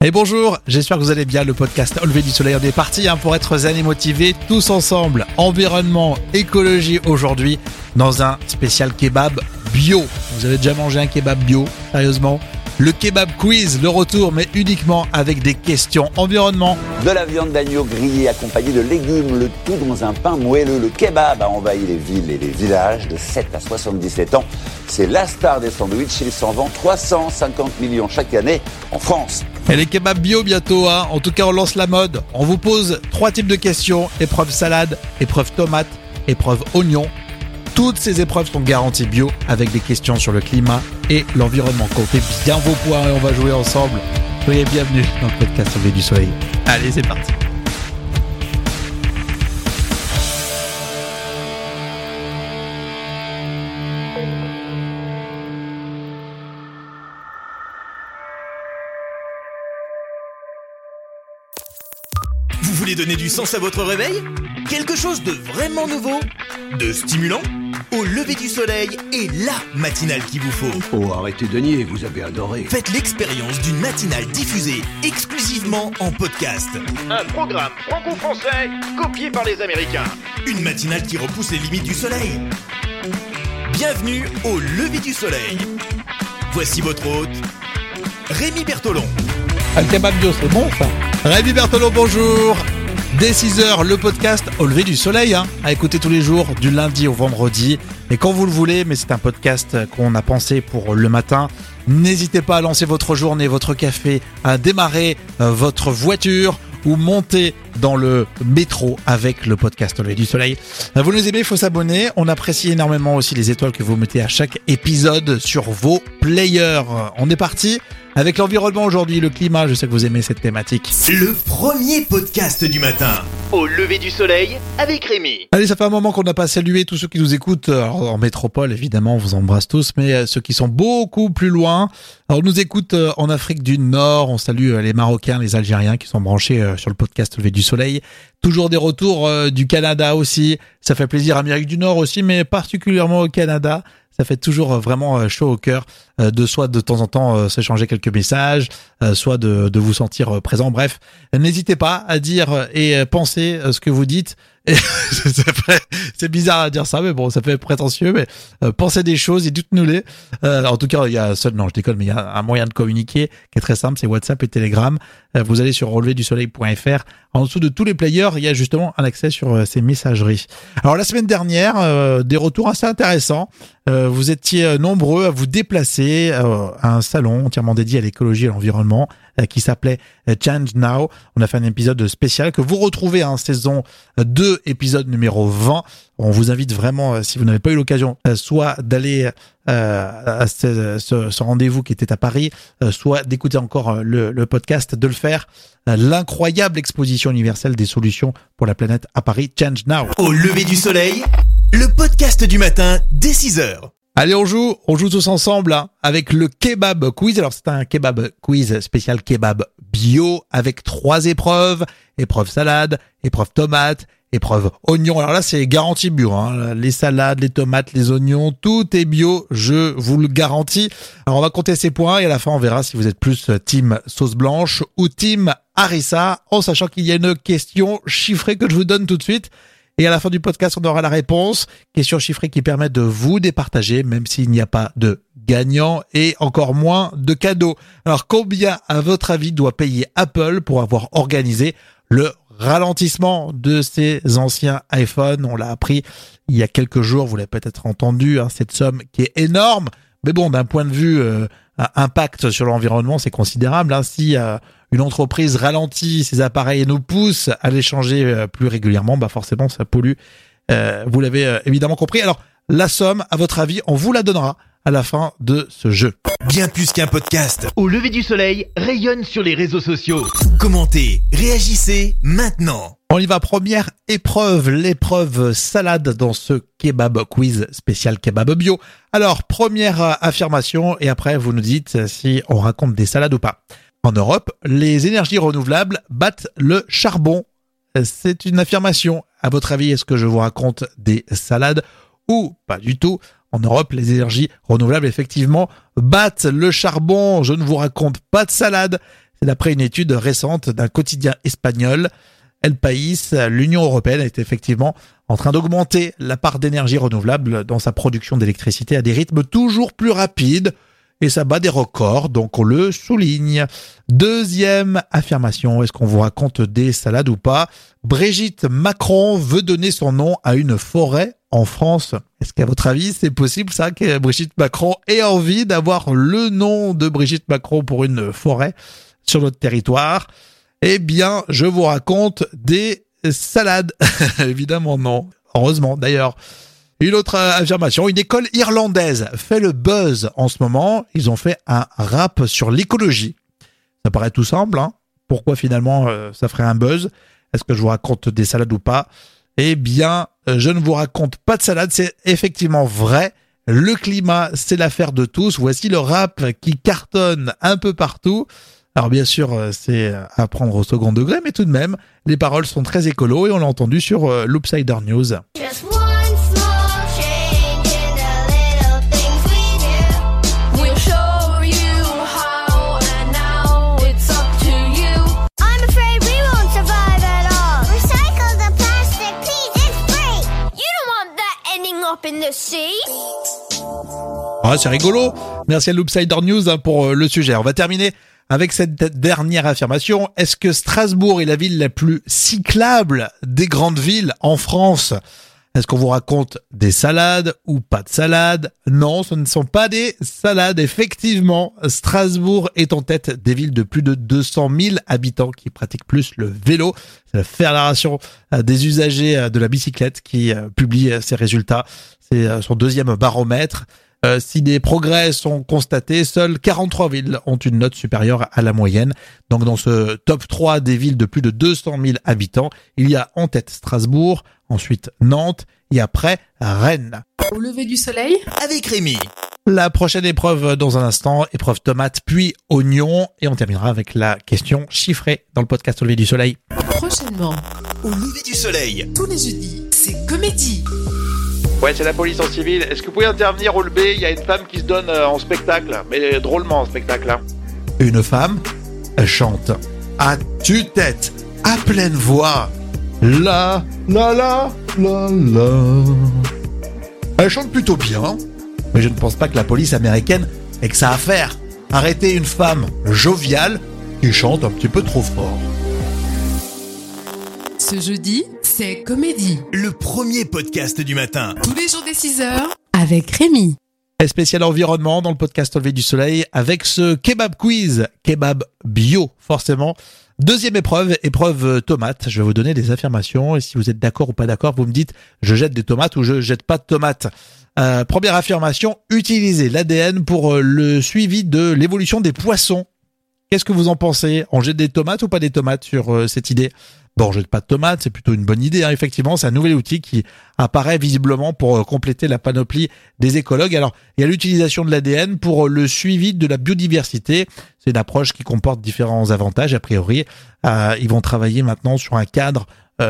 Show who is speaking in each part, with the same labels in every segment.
Speaker 1: Et bonjour, j'espère que vous allez bien. Le podcast Au lever du soleil, on est parti pour être zen et motivés tous ensemble. Environnement, écologie aujourd'hui dans un spécial kebab bio. Vous avez déjà mangé un kebab bio, sérieusement? Le kebab quiz, le retour, mais uniquement avec des questions environnement.
Speaker 2: De la viande d'agneau grillée accompagnée de légumes, le tout dans un pain moelleux. Le kebab a envahi les villes et les villages de 7 à 77 ans. C'est la star des sandwichs. Il s'en vend 350 millions chaque année en France.
Speaker 1: Et les kebabs bio bientôt, En tout cas, on lance la mode. On vous pose 3 types de questions. Épreuve salade, épreuve tomate, épreuve oignon. Toutes ces épreuves sont garanties bio avec des questions sur le climat et l'environnement. Comptez bien vos points et on va jouer ensemble. Soyez bienvenus dans le podcast Au lever du soleil. Allez, c'est parti.
Speaker 3: Vous voulez donner du sens à votre réveil? Quelque chose de vraiment nouveau? De stimulant? Au lever du soleil est la matinale qu'il vous faut.
Speaker 4: Oh, arrêtez de nier, vous avez adoré.
Speaker 3: Faites l'expérience d'une matinale diffusée exclusivement en podcast.
Speaker 5: Un programme franco-français copié par les Américains.
Speaker 3: Une matinale qui repousse les limites du soleil. Bienvenue au lever du soleil. Voici votre hôte, Rémi Bertolon.
Speaker 1: Un kebab bio, c'est bon ça? Rémi Berthelot, bonjour. Dès 6h, le podcast Au lever du soleil, à écouter tous les jours, du lundi au vendredi. Et quand vous le voulez, mais c'est un podcast qu'on a pensé pour le matin. N'hésitez pas à lancer votre journée, votre café, à démarrer votre voiture ou monter dans le métro avec le podcast Au lever du soleil. Vous nous aimez, il faut s'abonner. On apprécie énormément aussi les étoiles que vous mettez à chaque épisode sur vos players. On est parti avec l'environnement aujourd'hui, le climat. Je sais que vous aimez cette thématique.
Speaker 3: Le premier podcast du matin.
Speaker 5: Au lever du soleil avec Rémi.
Speaker 1: Allez, ça fait un moment qu'on n'a pas salué tous ceux qui nous écoutent. Alors, en métropole, évidemment, on vous embrasse tous, mais ceux qui sont beaucoup plus loin. Alors, on nous écoute en Afrique du Nord. On salue les Marocains, les Algériens qui sont branchés sur le podcast Au lever du soleil. Toujours des retours du Canada aussi. Ça fait plaisir. Amérique du Nord aussi, mais particulièrement au Canada. Ça fait toujours vraiment chaud au cœur de soit de temps en temps s'échanger quelques messages, soit de vous sentir présent. Bref, n'hésitez pas à dire et penser ce que vous dites. Et c'est bizarre à dire ça, mais bon, ça fait prétentieux, mais pensez des choses et dites-nous-les. En tout cas, il y a non, je déconne, mais il y a un moyen de communiquer qui est très simple, c'est WhatsApp et Telegram. Vous allez sur releverdusoleil.fr. En dessous de tous les players, il y a justement un accès sur ces messageries. Alors la semaine dernière, des retours assez intéressants. Vous étiez nombreux à vous déplacer à un salon entièrement dédié à l'écologie et à l'environnement qui s'appelait Change Now. On a fait un épisode spécial que vous retrouvez en saison 2, épisode numéro 20. On vous invite vraiment, si vous n'avez pas eu l'occasion, soit d'aller à ce rendez-vous qui était à Paris, soit d'écouter encore le podcast, de le faire. L'incroyable exposition universelle des solutions pour la planète à Paris, Change Now.
Speaker 3: Au lever du soleil, le podcast du matin dès 6h.
Speaker 1: Allez, on joue tous ensemble avec le kebab quiz. Alors c'est un kebab quiz spécial kebab bio avec 3 épreuves. Épreuve salade, épreuve tomate, épreuve oignon. Alors là c'est garanti bio, Les salades, les tomates, les oignons, tout est bio, je vous le garantis. Alors on va compter ces points et à la fin on verra si vous êtes plus team sauce blanche ou team harissa, en sachant qu'il y a une question chiffrée que je vous donne tout de suite. Et à la fin du podcast, on aura la réponse. Question chiffrée qui permet de vous départager, même s'il n'y a pas de gagnant et encore moins de cadeaux. Alors, combien, à votre avis, doit payer Apple pour avoir organisé le ralentissement de ces anciens iPhones? On l'a appris il y a quelques jours, vous l'avez peut-être entendu, cette somme qui est énorme. Mais bon, d'un point de vue impact sur l'environnement, c'est considérable. Si une entreprise ralentit ses appareils et nous pousse à les changer plus régulièrement, forcément ça pollue. Vous l'avez évidemment compris. Alors la somme, à votre avis, on vous la donnera à la fin de ce jeu.
Speaker 3: Bien plus qu'un podcast.
Speaker 5: Au lever du soleil rayonne sur les réseaux sociaux.
Speaker 3: Commentez, réagissez maintenant.
Speaker 1: On y va, première épreuve, l'épreuve salade dans ce kebab quiz spécial kebab bio. Alors, première affirmation et après vous nous dites si on raconte des salades ou pas. En Europe, les énergies renouvelables battent le charbon. C'est une affirmation. À votre avis, est-ce que je vous raconte des salades ou pas du tout? En Europe, les énergies renouvelables, effectivement, battent le charbon. Je ne vous raconte pas de salade. C'est d'après une étude récente d'un quotidien espagnol, El País. L'Union européenne est effectivement en train d'augmenter la part d'énergie renouvelable dans sa production d'électricité à des rythmes toujours plus rapides. Et ça bat des records, donc on le souligne. Deuxième affirmation, est-ce qu'on vous raconte des salades ou pas? Brigitte Macron veut donner son nom à une forêt en France. Est-ce qu'à votre avis, c'est possible ça, que Brigitte Macron ait envie d'avoir le nom de Brigitte Macron pour une forêt sur notre territoire? Eh bien, je vous raconte des salades. Évidemment non. Heureusement d'ailleurs. Une autre affirmation, une école irlandaise fait le buzz en ce moment. Ils ont fait un rap sur l'écologie. Ça paraît tout simple, hein. Pourquoi finalement ça ferait un buzz? Est-ce que je vous raconte des salades ou pas? Eh bien, je ne vous raconte pas de salade, c'est effectivement vrai. Le climat, c'est l'affaire de tous. Voici le rap qui cartonne un peu partout. Alors bien sûr, c'est à prendre au second degré, mais tout de même, les paroles sont très écolo et on l'a entendu sur Loopsider News.
Speaker 6: Just one small change in the little things we do. We'll show you how, and now it's up to you. I'm afraid we won't survive at all. Recycle the plastic, please, it's free. You don't want that ending up in the sea.
Speaker 1: Ah, c'est rigolo. Merci à Loopsider News pour le sujet. On va terminer avec cette dernière affirmation. Est-ce que Strasbourg est la ville la plus cyclable des grandes villes en France? Est-ce qu'on vous raconte des salades ou pas de salades? Non, ce ne sont pas des salades. Effectivement, Strasbourg est en tête des villes de plus de 200 000 habitants qui pratiquent plus le vélo. C'est la Fédération des usagers de la bicyclette qui publie ses résultats. C'est son deuxième baromètre. Si des progrès sont constatés, seules 43 villes ont une note supérieure à la moyenne. Donc dans ce top 3 des villes de plus de 200 000 habitants, il y a en tête Strasbourg, ensuite Nantes et après Rennes.
Speaker 7: Au lever du soleil,
Speaker 3: Avec Rémi.
Speaker 1: La prochaine épreuve dans un instant, épreuve tomate puis oignon. Et on terminera avec la question chiffrée dans le podcast Au lever du soleil.
Speaker 7: prochainement,
Speaker 3: Au lever du soleil.
Speaker 7: tous les jeudis, c'est comédie.
Speaker 1: Ouais, c'est la police en civil. Est-ce que vous pouvez intervenir au lever? Il y a une femme qui se donne en spectacle, mais drôlement en spectacle. Une femme chante à tue-tête, à pleine voix. La, la, la, la, la. Elle chante plutôt bien, mais je ne pense pas que la police américaine ait que ça à faire. Arrêter une femme joviale qui chante un petit peu trop fort.
Speaker 7: Ce jeudi, c'est comédie.
Speaker 3: Le premier podcast du matin.
Speaker 7: Tous les jours dès 6h, avec Rémi.
Speaker 1: Et spécial environnement dans le podcast Au lever du soleil avec ce kebab quiz, kebab bio forcément. Deuxième épreuve tomate. Je vais vous donner des affirmations et si vous êtes d'accord ou pas d'accord, vous me dites je jette des tomates ou je jette pas de tomates. Première affirmation, utiliser l'ADN pour le suivi de l'évolution des poissons. Qu'est-ce que vous en pensez? On jette des tomates ou pas des tomates sur cette idée? Bon, on jette pas de tomates, c'est plutôt une bonne idée, hein. Effectivement, c'est un nouvel outil qui apparaît visiblement pour compléter la panoplie des écologues. Alors, il y a l'utilisation de l'ADN pour le suivi de la biodiversité. C'est une approche qui comporte différents avantages, a priori. Ils vont travailler maintenant sur un cadre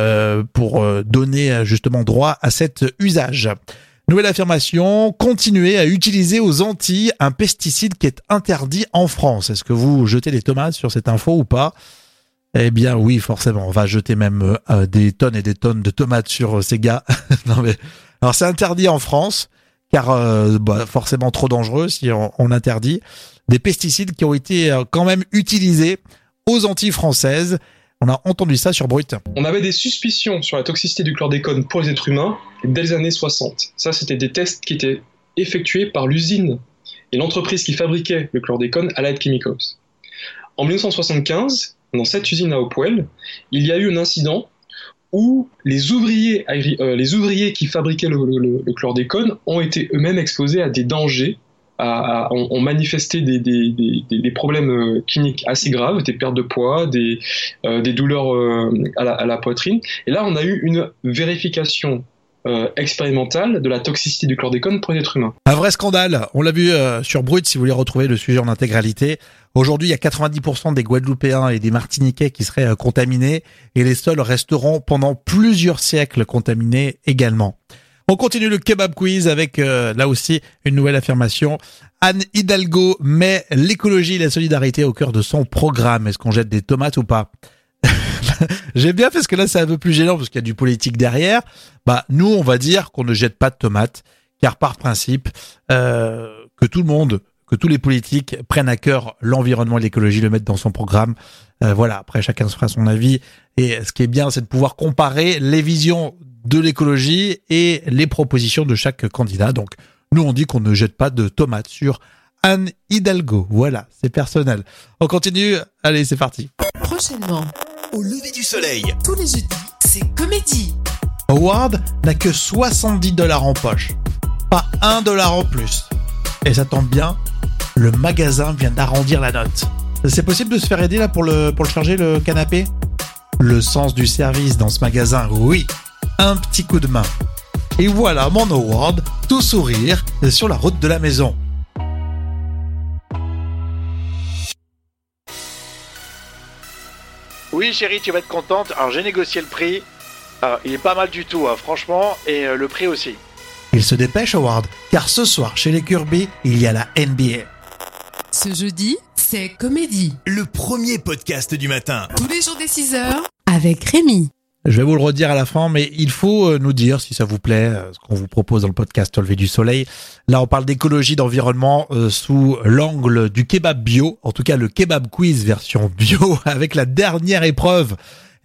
Speaker 1: pour donner justement droit à cet usage. Nouvelle affirmation, continuer à utiliser aux Antilles un pesticide qui est interdit en France. Est-ce que vous jetez des tomates sur cette info ou pas? Eh bien oui, forcément, on va jeter même des tonnes et des tonnes de tomates sur ces gars. Non mais, alors c'est interdit en France, car forcément trop dangereux si on interdit des pesticides qui ont été quand même utilisés aux Antilles françaises. On a entendu ça sur Brut.
Speaker 8: On avait des suspicions sur la toxicité du chlordécone pour les êtres humains dès les années 60. Ça, c'était des tests qui étaient effectués par l'usine et l'entreprise qui fabriquait le chlordécone, Allied Chemicals. En 1975, dans cette usine à Hopewell, il y a eu un incident où les ouvriers qui fabriquaient le chlordécone ont été eux-mêmes exposés à des dangers, ont manifesté des problèmes cliniques assez graves, des pertes de poids, des douleurs à la poitrine. Et là, on a eu une vérification expérimentale de la toxicité du chlordécone pour les êtres humains.
Speaker 1: Un vrai scandale. On l'a vu sur Brut, si vous voulez retrouver le sujet en intégralité. Aujourd'hui, il y a 90% des Guadeloupéens et des Martiniquais qui seraient contaminés et les sols resteront pendant plusieurs siècles contaminés également. On continue le kebab quiz avec là aussi une nouvelle affirmation. Anne Hidalgo met l'écologie et la solidarité au cœur de son programme. Est-ce qu'on jette des tomates ou pas? J'ai bien fait parce que là c'est un peu plus gênant parce qu'il y a du politique derrière. Nous on va dire qu'on ne jette pas de tomates car par principe que tout le monde, que tous les politiques prennent à cœur l'environnement et l'écologie, le mettent dans son programme. Voilà, après chacun se fera son avis et ce qui est bien c'est de pouvoir comparer les visions de l'écologie et les propositions de chaque candidat. Donc nous on dit qu'on ne jette pas de tomates sur Anne Hidalgo. Voilà, c'est personnel. On continue, allez c'est parti.
Speaker 7: Prochainement,
Speaker 3: Au lever du soleil.
Speaker 7: tous les jeudis, c'est comédie.
Speaker 1: Howard n'a que $70 en poche, pas $1 en plus. Et ça tombe bien, le magasin vient d'arrondir la note. C'est possible de se faire aider là pour le charger le canapé? Le sens du service dans ce magasin, oui, un petit coup de main. Et voilà mon Howard, tout sourire, sur la route de la maison.
Speaker 9: Oui chérie, tu vas être contente. Alors j'ai négocié le prix. Il est pas mal du tout, franchement, et le prix aussi.
Speaker 1: Il se dépêche Howard, car ce soir chez les Kirby, il y a la NBA.
Speaker 7: Ce jeudi, c'est comédie.
Speaker 3: Le premier podcast du matin.
Speaker 7: Tous les jours dès 6h avec Rémi.
Speaker 1: Je vais vous le redire à la fin, mais il faut nous dire si ça vous plaît, ce qu'on vous propose dans le podcast Au lever du soleil. Là, on parle d'écologie, d'environnement sous l'angle du kebab bio, en tout cas le kebab quiz version bio, avec la dernière épreuve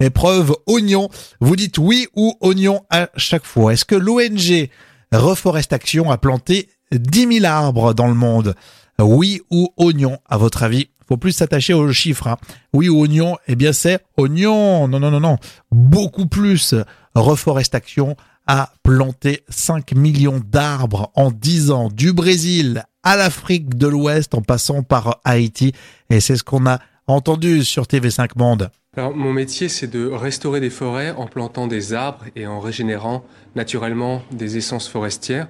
Speaker 1: oignon. Vous dites oui ou oignon à chaque fois. Est-ce que l'ONG Reforest Action a planté 10 000 arbres dans le monde? Oui ou oignon, à votre avis? Faut plus s'attacher aux chiffres. Oui ou oignon? Eh bien c'est oignon. Non. Beaucoup plus. Reforest Action a planté 5 millions d'arbres en 10 ans. Du Brésil à l'Afrique de l'Ouest en passant par Haïti. Et c'est ce qu'on a entendu sur TV5 Monde.
Speaker 10: Alors, mon métier, c'est de restaurer des forêts en plantant des arbres et en régénérant naturellement des essences forestières.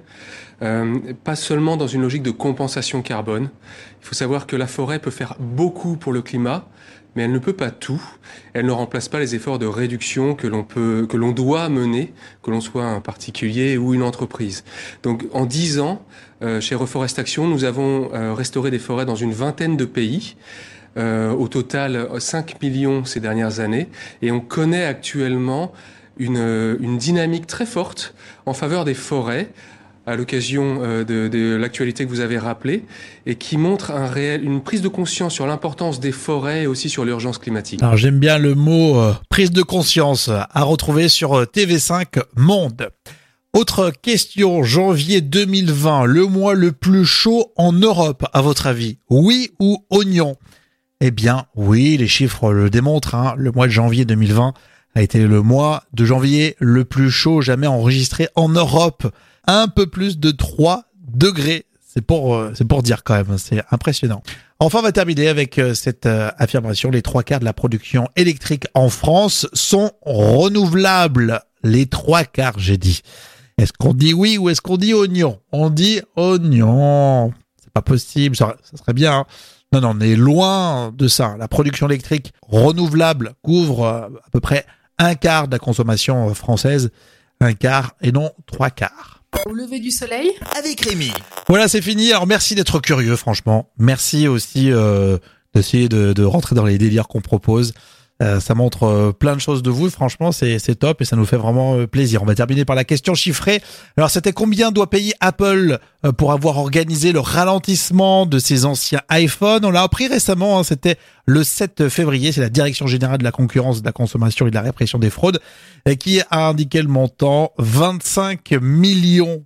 Speaker 10: Pas seulement dans une logique de compensation carbone. Il faut savoir que la forêt peut faire beaucoup pour le climat, mais elle ne peut pas tout. Elle ne remplace pas les efforts de réduction que l'on doit mener, que l'on soit un particulier ou une entreprise. Donc, en 10 ans, chez Reforest Action, nous avons restauré des forêts dans une vingtaine de pays. Au total 5 millions ces dernières années, et on connaît actuellement une dynamique très forte en faveur des forêts à l'occasion de l'actualité que vous avez rappelée, et qui montre une prise de conscience sur l'importance des forêts et aussi sur l'urgence climatique.
Speaker 1: Alors j'aime bien le mot prise de conscience à retrouver sur TV5 Monde. Autre question, janvier 2020, le mois le plus chaud en Europe, à votre avis? Oui ou oignon? Eh bien, oui, les chiffres le démontrent. Le mois de janvier 2020 a été le mois de janvier le plus chaud jamais enregistré en Europe. Un peu plus de 3 degrés. C'est pour dire quand même, c'est impressionnant. Enfin, on va terminer avec cette affirmation. Les 3/4 de la production électrique en France sont renouvelables. Les 3/4, j'ai dit. Est-ce qu'on dit oui ou est-ce qu'on dit oignon? On dit oignon. C'est pas possible, ça serait bien. Non, on est loin de ça. La production électrique renouvelable couvre à peu près 1/4 de la consommation française. 1/4 et non 3/4.
Speaker 7: Au lever du soleil
Speaker 3: Avec Rémi.
Speaker 1: Voilà, c'est fini. Alors merci d'être curieux, franchement. Merci aussi d'essayer de rentrer dans les délires qu'on propose. Ça montre plein de choses de vous. Franchement, c'est top et ça nous fait vraiment plaisir. On va terminer par la question chiffrée. Alors, c'était combien doit payer Apple pour avoir organisé le ralentissement de ses anciens iPhones? On l'a appris récemment, c'était le 7 février. C'est la Direction générale de la concurrence, de la consommation et de la répression des fraudes qui a indiqué le montant 25 millions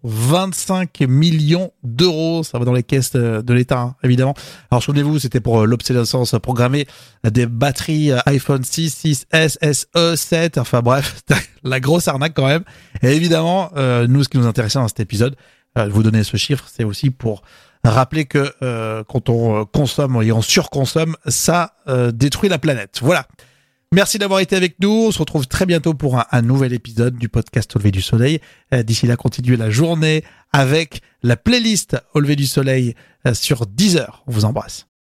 Speaker 1: d'euros. Ça va dans les caisses de l'État, évidemment. Alors, souvenez-vous, c'était pour l'obsolescence programmée des batteries iPhone 6, 6S, SE, 7. Enfin bref, la grosse arnaque quand même. Et évidemment, nous, ce qui nous intéressait dans cet épisode, de vous donner ce chiffre, c'est aussi pour rappeler que quand on consomme et on surconsomme, ça détruit la planète. Voilà. Merci d'avoir été avec nous. On se retrouve très bientôt pour un nouvel épisode du podcast Au lever du soleil. D'ici là, continuez la journée avec la playlist Au lever du soleil sur Deezer. On vous embrasse.